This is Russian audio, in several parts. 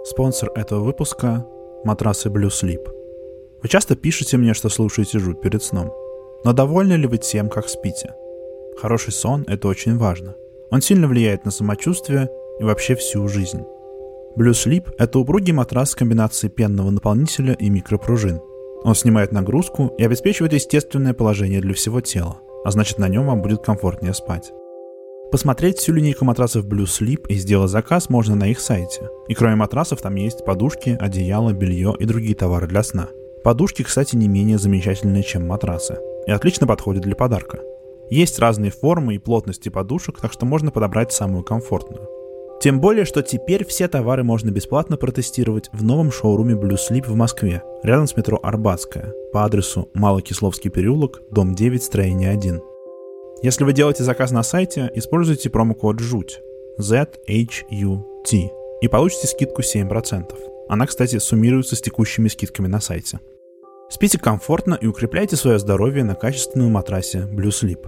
Спонсор этого выпуска – матрасы Blue Sleep. Вы часто пишете мне, что слушаете жуть перед сном. Но довольны ли вы тем, как спите? Хороший сон – это очень важно. Он сильно влияет на самочувствие и вообще всю жизнь. Blue Sleep – это упругий матрас с комбинацией пенного наполнителя и микропружин. Он снимает нагрузку и обеспечивает естественное положение для всего тела, а значит, на нем вам будет комфортнее спать. Посмотреть всю линейку матрасов Blue Sleep и сделать заказ можно на их сайте. И кроме матрасов там есть подушки, одеяло, белье и другие товары для сна. Подушки, кстати, не менее замечательные, чем матрасы, и отлично подходят для подарка. Есть разные формы и плотности подушек, так что можно подобрать самую комфортную. Тем более, что теперь все товары можно бесплатно протестировать в новом шоуруме Blue Sleep в Москве, рядом с метро Арбатская, по адресу Малокисловский переулок, дом 9, строение 1. Если вы делаете заказ на сайте, используйте промокод ЖУТЬ ZHUT и получите скидку 7%. Она, кстати, суммируется с текущими скидками на сайте. Спите комфортно и укрепляйте свое здоровье на качественном матрасе Blue Sleep.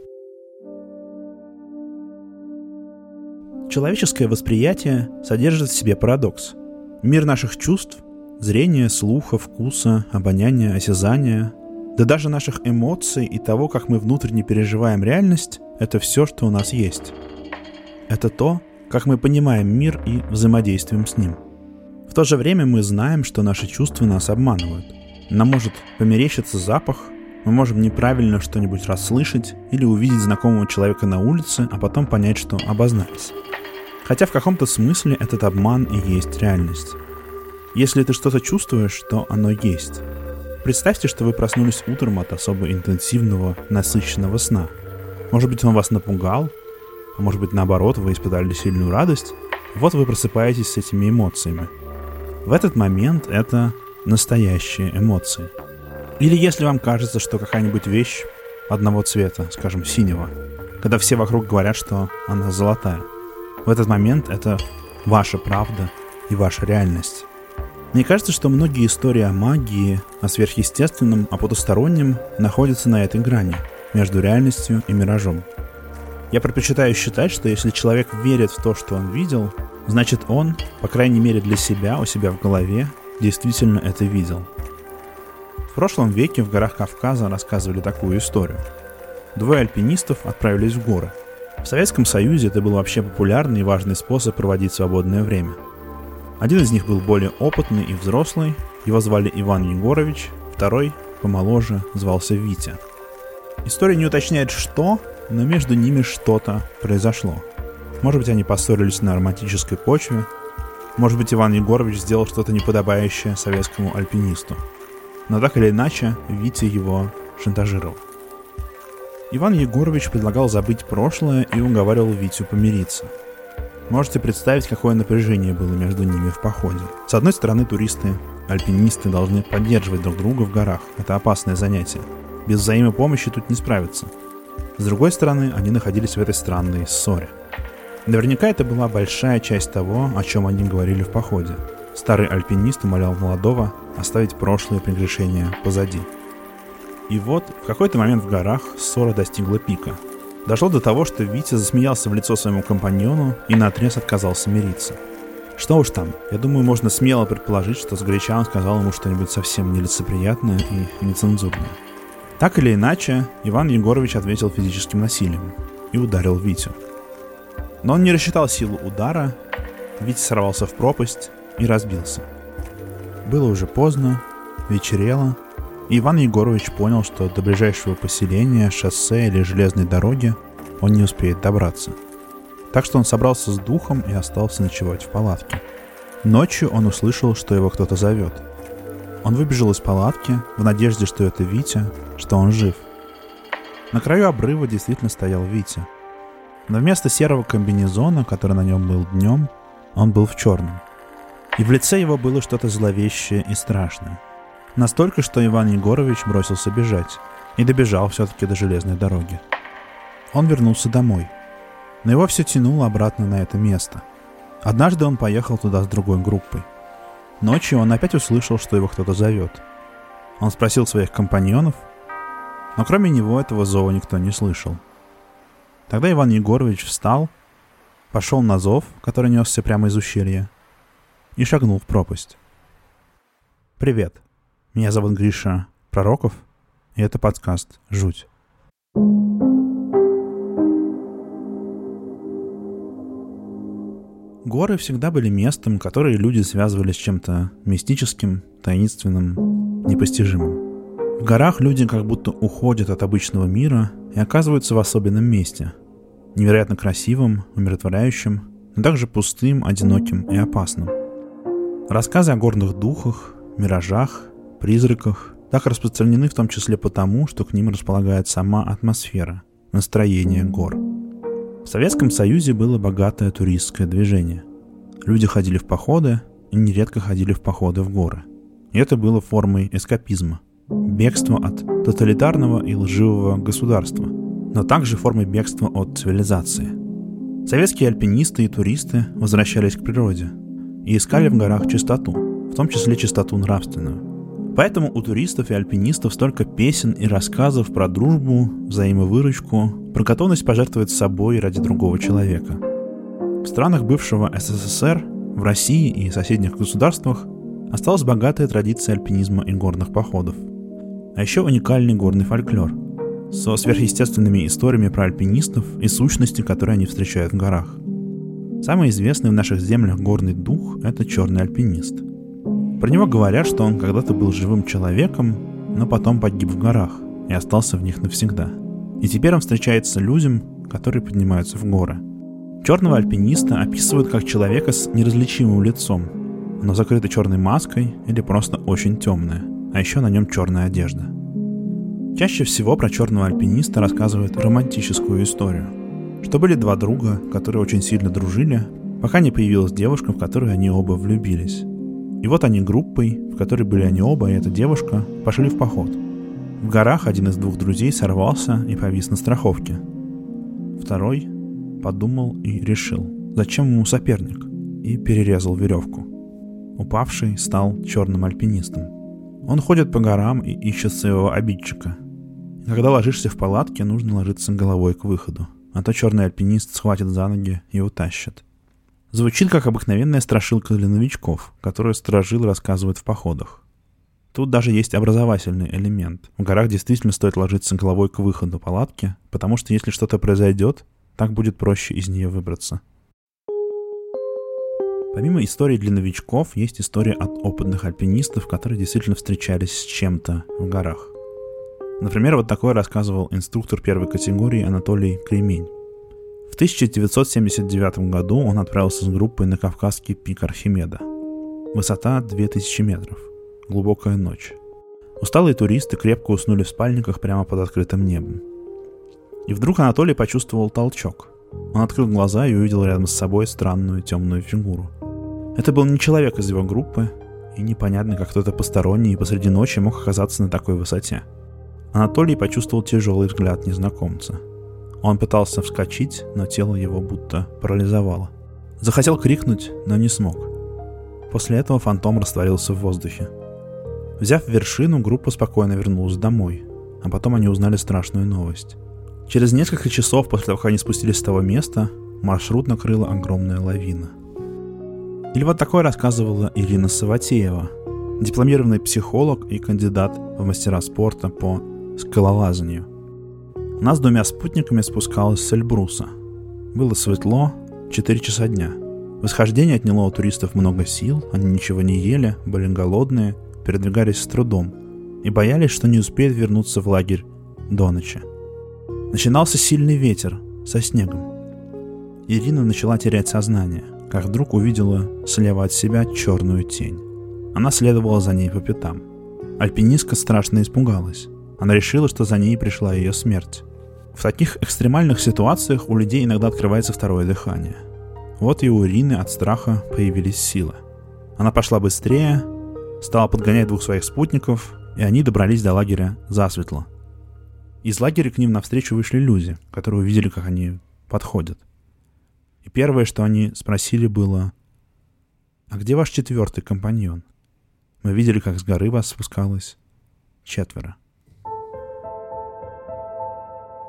Человеческое восприятие содержит в себе парадокс. Мир наших чувств – зрения, слуха, вкуса, обоняния, осязания – да даже наших эмоций и того, как мы внутренне переживаем реальность – это все, что у нас есть. Это то, как мы понимаем мир и взаимодействуем с ним. В то же время мы знаем, что наши чувства нас обманывают. Нам может померещиться запах, мы можем неправильно что-нибудь расслышать или увидеть знакомого человека на улице, а потом понять, что обознались. Хотя в каком-то смысле этот обман и есть реальность. Если ты что-то чувствуешь, то оно есть. Представьте, что вы проснулись утром от особо интенсивного, насыщенного сна. Может быть, он вас напугал, а может быть, наоборот, вы испытали сильную радость. Вот вы просыпаетесь с этими эмоциями. В этот момент это настоящие эмоции. Или если вам кажется, что какая-нибудь вещь одного цвета, скажем, синего, когда все вокруг говорят, что она золотая. В этот момент это ваша правда и ваша реальность. Мне кажется, что многие истории о магии, о сверхъестественном, о потустороннем находятся на этой грани, между реальностью и миражом. Я предпочитаю считать, что если человек верит в то, что он видел, значит он, по крайней мере для себя, у себя в голове, действительно это видел. В прошлом веке в горах Кавказа рассказывали такую историю. Двое альпинистов отправились в горы. В Советском Союзе это был вообще популярный и важный способ проводить свободное время. Один из них был более опытный и взрослый, его звали Иван Егорович, второй, помоложе, звался Витя. История не уточняет что, но между ними что-то произошло. Может быть, они поссорились на романтической почве, может быть, Иван Егорович сделал что-то неподобающее советскому альпинисту. Но так или иначе, Витя его шантажировал. Иван Егорович предлагал забыть прошлое и уговаривал Витю помириться. Можете представить, какое напряжение было между ними в походе. С одной стороны, туристы, альпинисты должны поддерживать друг друга в горах. Это опасное занятие. Без взаимопомощи тут не справиться. С другой стороны, они находились в этой странной ссоре. Наверняка это была большая часть того, о чем они говорили в походе. Старый альпинист умолял молодого оставить прошлые прегрешения позади. И вот, в какой-то момент в горах ссора достигла пика. Дошло до того, что Витя засмеялся в лицо своему компаньону и наотрез отказался мириться. Что уж там, я думаю, можно смело предположить, что сгоряча он сказал ему что-нибудь совсем нелицеприятное и нецензурное. Так или иначе, Иван Егорович ответил физическим насилием и ударил Витю. Но он не рассчитал силу удара, Витя сорвался в пропасть и разбился. Было уже поздно, вечерело, и Иван Егорович понял, что до ближайшего поселения, шоссе или железной дороги он не успеет добраться. Так что он собрался с духом и остался ночевать в палатке. Ночью он услышал, что его кто-то зовет. Он выбежал из палатки в надежде, что это Витя, что он жив. На краю обрыва действительно стоял Витя. Но вместо серого комбинезона, который на нем был днем, он был в черном. И в лице его было что-то зловещее и страшное. Настолько, что Иван Егорович бросился бежать. И добежал все-таки до железной дороги. Он вернулся домой. Но его все тянуло обратно на это место. Однажды он поехал туда с другой группой. Ночью он опять услышал, что его кто-то зовет. Он спросил своих компаньонов, но кроме него этого зова никто не слышал. Тогда Иван Егорович встал, пошел на зов, который несся прямо из ущелья, и шагнул в пропасть. Привет, меня зовут Гриша Пророков, и это подкаст «Жуть». Горы всегда были местом, которое люди связывали с чем-то мистическим, таинственным, непостижимым. В горах люди как будто уходят от обычного мира и оказываются в особенном месте. Невероятно красивым, умиротворяющим, но также пустым, одиноким и опасным. Рассказы о горных духах, миражах, призраках так распространены в том числе потому, что к ним располагает сама атмосфера, настроение гор. В Советском Союзе было богатое туристское движение. Люди ходили в походы и нередко ходили в походы в горы. И это было формой эскапизма, бегства от тоталитарного и лживого государства, но также формой бегства от цивилизации. Советские альпинисты и туристы возвращались к природе и искали в горах чистоту, в том числе чистоту нравственную. Поэтому у туристов и альпинистов столько песен и рассказов про дружбу, взаимовыручку, про готовность пожертвовать собой ради другого человека. В странах бывшего СССР, в России и соседних государствах осталась богатая традиция альпинизма и горных походов. А еще уникальный горный фольклор со сверхъестественными историями про альпинистов и сущности, которые они встречают в горах. Самый известный в наших землях горный дух – это черный альпинист. Про него говорят, что он когда-то был живым человеком, но потом погиб в горах и остался в них навсегда. И теперь он встречается людям, которые поднимаются в горы. Черного альпиниста описывают как человека с неразличимым лицом. Оно закрыто черной маской или просто очень темное, а еще на нем черная одежда. Чаще всего про черного альпиниста рассказывают романтическую историю, что были два друга, которые очень сильно дружили, пока не появилась девушка, в которую они оба влюбились. И вот они группой, в которой были они оба, и эта девушка, пошли в поход. В горах один из двух друзей сорвался и повис на страховке. Второй подумал и решил, зачем ему соперник, и перерезал веревку. Упавший стал черным альпинистом. Он ходит по горам и ищет своего обидчика. И когда ложишься в палатке, нужно ложиться головой к выходу, а то черный альпинист схватит за ноги и утащит. Звучит как обыкновенная страшилка для новичков, которую старожилы рассказывают в походах. Тут даже есть образовательный элемент. В горах действительно стоит ложиться головой к выходу палатки, потому что если что-то произойдет, так будет проще из нее выбраться. Помимо историй для новичков, есть история от опытных альпинистов, которые действительно встречались с чем-то в горах. Например, вот такое рассказывал инструктор первой категории Анатолий Кремень. В 1979 году он отправился с группой на Кавказский пик Архимеда. Высота 2000 метров. Глубокая ночь. Усталые туристы крепко уснули в спальниках прямо под открытым небом. И вдруг Анатолий почувствовал толчок. Он открыл глаза и увидел рядом с собой странную темную фигуру. Это был не человек из его группы, и непонятно, как кто-то посторонний посреди ночи мог оказаться на такой высоте. Анатолий почувствовал тяжелый взгляд незнакомца. Он пытался вскочить, но тело его будто парализовало. Захотел крикнуть, но не смог. После этого фантом растворился в воздухе. Взяв вершину, группа спокойно вернулась домой, а потом они узнали страшную новость. Через несколько часов после того, как они спустились с того места, маршрут накрыла огромная лавина. Или вот такое рассказывала Ирина Саватеева, дипломированный психолог и кандидат в мастера спорта по скалолазанию. Она с 2 спутниками спускалась с Эльбруса. Было светло, 4 часа дня. Восхождение отняло у туристов много сил, они ничего не ели, были голодные, передвигались с трудом и боялись, что не успеют вернуться в лагерь до ночи. Начинался сильный ветер со снегом. Ирина начала терять сознание, как вдруг увидела слева от себя черную тень. Она следовала за ней по пятам. Альпинистка страшно испугалась. Она решила, что за ней пришла ее смерть. В таких экстремальных ситуациях у людей иногда открывается второе дыхание. Вот и у Ирины от страха появились силы. Она пошла быстрее, стала подгонять 2 своих спутников, и они добрались до лагеря засветло. Из лагеря к ним навстречу вышли люди, которые увидели, как они подходят. И первое, что они спросили, было: «А где ваш 4-й компаньон? Мы видели, как с горы вас спускалось 4».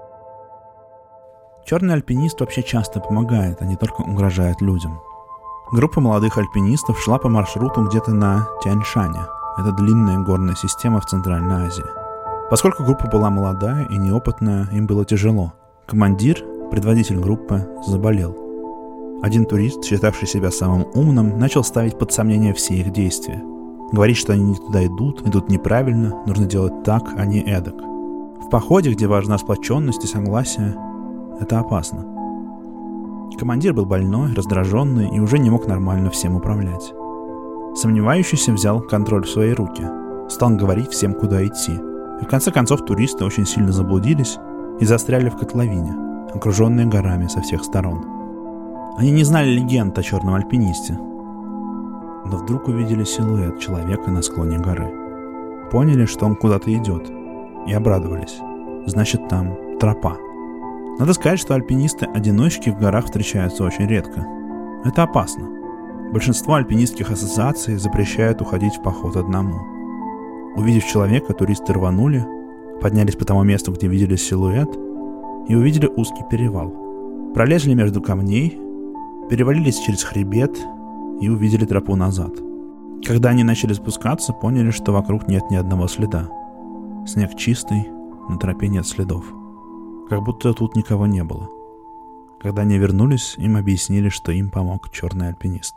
Черный альпинист вообще часто помогает, а не только угрожает людям. Группа молодых альпинистов шла по маршруту где-то на Тяньшане. Это длинная горная система в Центральной Азии. Поскольку группа была молодая и неопытная, им было тяжело. Командир, предводитель группы, заболел. Один турист, считавший себя самым умным, начал ставить под сомнение все их действия. Говорить, что они не туда идут неправильно, нужно делать так, а не эдак. В походе, где важна сплоченность и согласие, это опасно. Командир был больной, раздраженный и уже не мог нормально всем управлять. Сомневающийся взял контроль в свои руки, стал говорить всем, куда идти. И в конце концов туристы очень сильно заблудились и застряли в котловине, окруженные горами со всех сторон. Они не знали легенд о черном альпинисте, но вдруг увидели силуэт человека на склоне горы. Поняли, что он куда-то идет, и обрадовались. Значит, там тропа. Надо сказать, что альпинисты-одиночки в горах встречаются очень редко. Это опасно. Большинство альпинистских ассоциаций запрещают уходить в поход одному. Увидев человека, туристы рванули, поднялись по тому месту, где видели силуэт, и увидели узкий перевал. Пролезли между камней, перевалились через хребет и увидели тропу назад. Когда они начали спускаться, поняли, что вокруг нет ни одного следа. Снег чистый, на тропе нет следов. Как будто тут никого не было. Когда они вернулись, им объяснили, что им помог черный альпинист.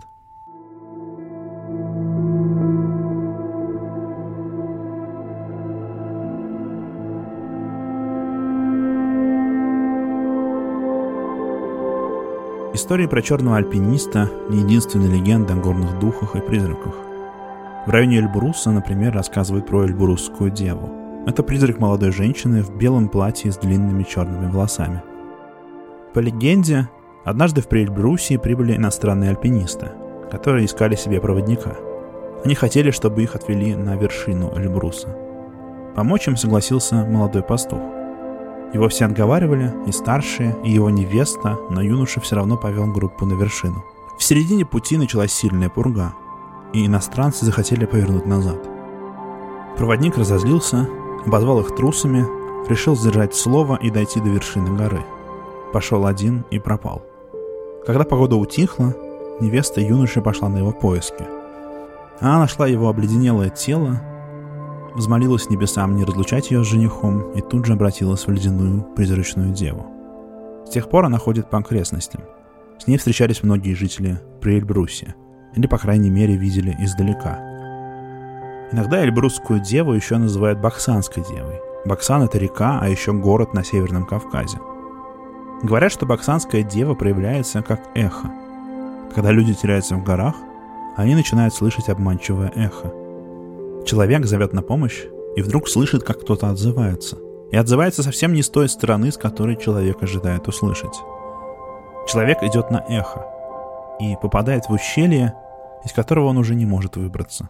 История про черного альпиниста – не единственная легенда о горных духах и призраках. В районе Эльбруса, например, рассказывают про Эльбрусскую деву. Это призрак молодой женщины в белом платье с длинными черными волосами. По легенде, однажды в Эльбрусе прибыли иностранные альпинисты, которые искали себе проводника. Они хотели, чтобы их отвели на вершину Эльбруса. Помочь им согласился молодой пастух. Его все отговаривали, и старшие, и его невеста, но юноша все равно повел группу на вершину. В середине пути началась сильная пурга, и иностранцы захотели повернуть назад. Проводник разозлился, обозвал их трусами, решил сдержать слово и дойти до вершины горы. Пошел один и пропал. Когда погода утихла, невеста юноши пошла на его поиски. Она нашла его обледенелое тело, взмолилась небесам не разлучать ее с женихом и тут же обратилась в ледяную призрачную деву. С тех пор она ходит по окрестностям. С ней встречались многие жители Эльбруса, или, по крайней мере, видели издалека. Иногда Эльбрусскую деву еще называют Баксанской девой. Баксан — это река, а еще город на Северном Кавказе. Говорят, что Баксанская дева проявляется как эхо. Когда люди теряются в горах, они начинают слышать обманчивое эхо. Человек зовет на помощь и вдруг слышит, как кто-то отзывается. И отзывается совсем не с той стороны, с которой человек ожидает услышать. Человек идет на эхо и попадает в ущелье, из которого он уже не может выбраться.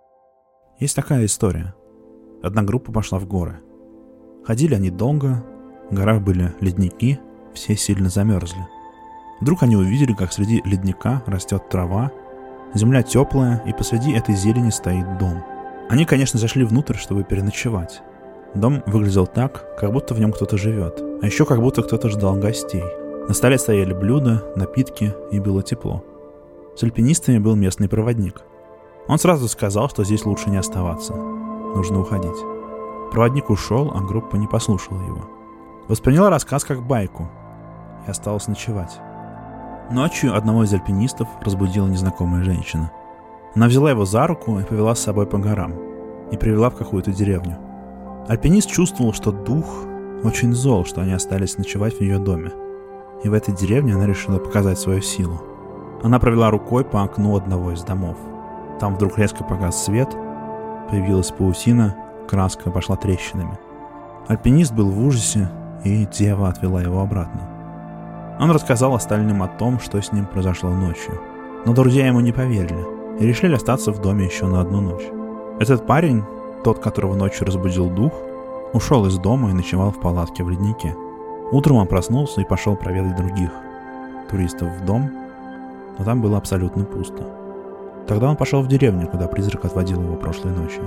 Есть такая история. Одна группа пошла в горы. Ходили они долго, в горах были ледники, все сильно замерзли. Вдруг они увидели, как среди ледника растет трава, земля теплая, и посреди этой зелени стоит дом. Они, конечно, зашли внутрь, чтобы переночевать. Дом выглядел так, как будто в нем кто-то живет, а еще как будто кто-то ждал гостей. На столе стояли блюда, напитки, и было тепло. С альпинистами был местный проводник. Он сразу сказал, что здесь лучше не оставаться. Нужно уходить. Проводник ушел, а группа не послушала его. Восприняла рассказ как байку и осталась ночевать. Ночью одного из альпинистов разбудила незнакомая женщина. Она взяла его за руку и повела с собой по горам и привела в какую-то деревню. Альпинист чувствовал, что дух очень зол, что они остались ночевать в ее доме. И в этой деревне она решила показать свою силу. Она провела рукой по окну одного из домов. Там вдруг резко погас свет, появилась паутина, краска пошла трещинами. Альпинист был в ужасе, и дева отвела его обратно. Он рассказал остальным о том, что с ним произошло ночью. Но друзья ему не поверили и решили остаться в доме еще на одну ночь. Этот парень, тот, которого ночью разбудил дух, ушел из дома и ночевал в палатке в леднике. Утром он проснулся и пошел проведать других туристов в дом, но там было абсолютно пусто. Тогда он пошел в деревню, куда призрак отводил его прошлой ночью.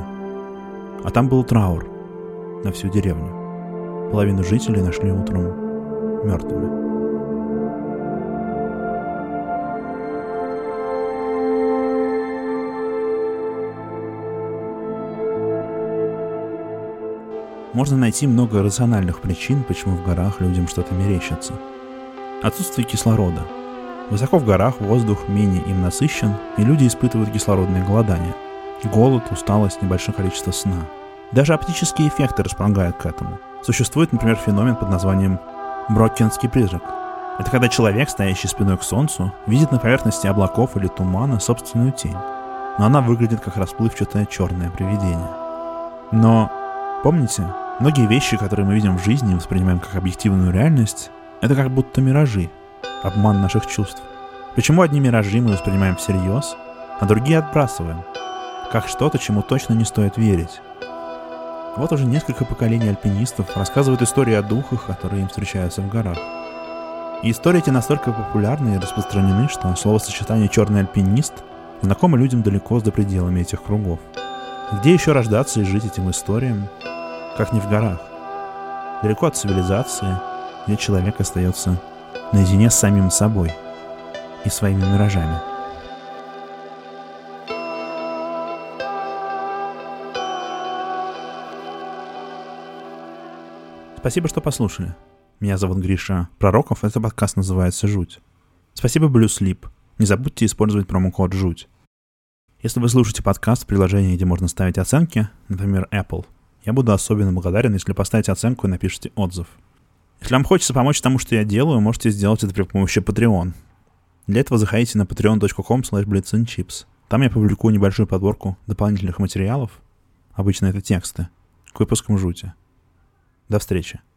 А там был траур на всю деревню. Половину жителей нашли утром мертвыми. можно найти много рациональных причин, почему в горах людям что-то мерещится. Отсутствие кислорода. Высоко в горах воздух менее им насыщен, и люди испытывают кислородное голодание. Голод, усталость, небольшое количество сна. Даже оптические эффекты располагают к этому. Существует, например, феномен под названием «броккенский призрак». Это когда человек, стоящий спиной к солнцу, видит на поверхности облаков или тумана собственную тень, но она выглядит как расплывчатое черное привидение. Но, помните, многие вещи, которые мы видим в жизни и воспринимаем как объективную реальность, это как будто миражи, обман наших чувств. Почему одни миражи мы воспринимаем всерьез, а другие отбрасываем, как что-то, чему точно не стоит верить? Вот уже несколько поколений альпинистов рассказывают истории о духах, которые им встречаются в горах. И истории эти настолько популярны и распространены, что словосочетание «черный альпинист» знакомо людям далеко за пределами этих кругов. Где еще рождаться и жить этим историям, как не в горах? Далеко от цивилизации, где человек остается наедине с самим собой и своими миражами. Спасибо, что послушали. Меня зовут Гриша Пророков, этот подкаст называется «Жуть». Спасибо Blue Sleep. Не забудьте использовать промокод «Жуть». Если вы слушаете подкаст в приложении, где можно ставить оценки, например, Apple, я буду особенно благодарен, если поставите оценку и напишите отзыв. Если вам хочется помочь тому, что я делаю, можете сделать это при помощи Patreon. Для этого заходите на patreon.com/blitzandchips. Там я публикую небольшую подборку дополнительных материалов, обычно это тексты, к выпускам «Жути». До встречи.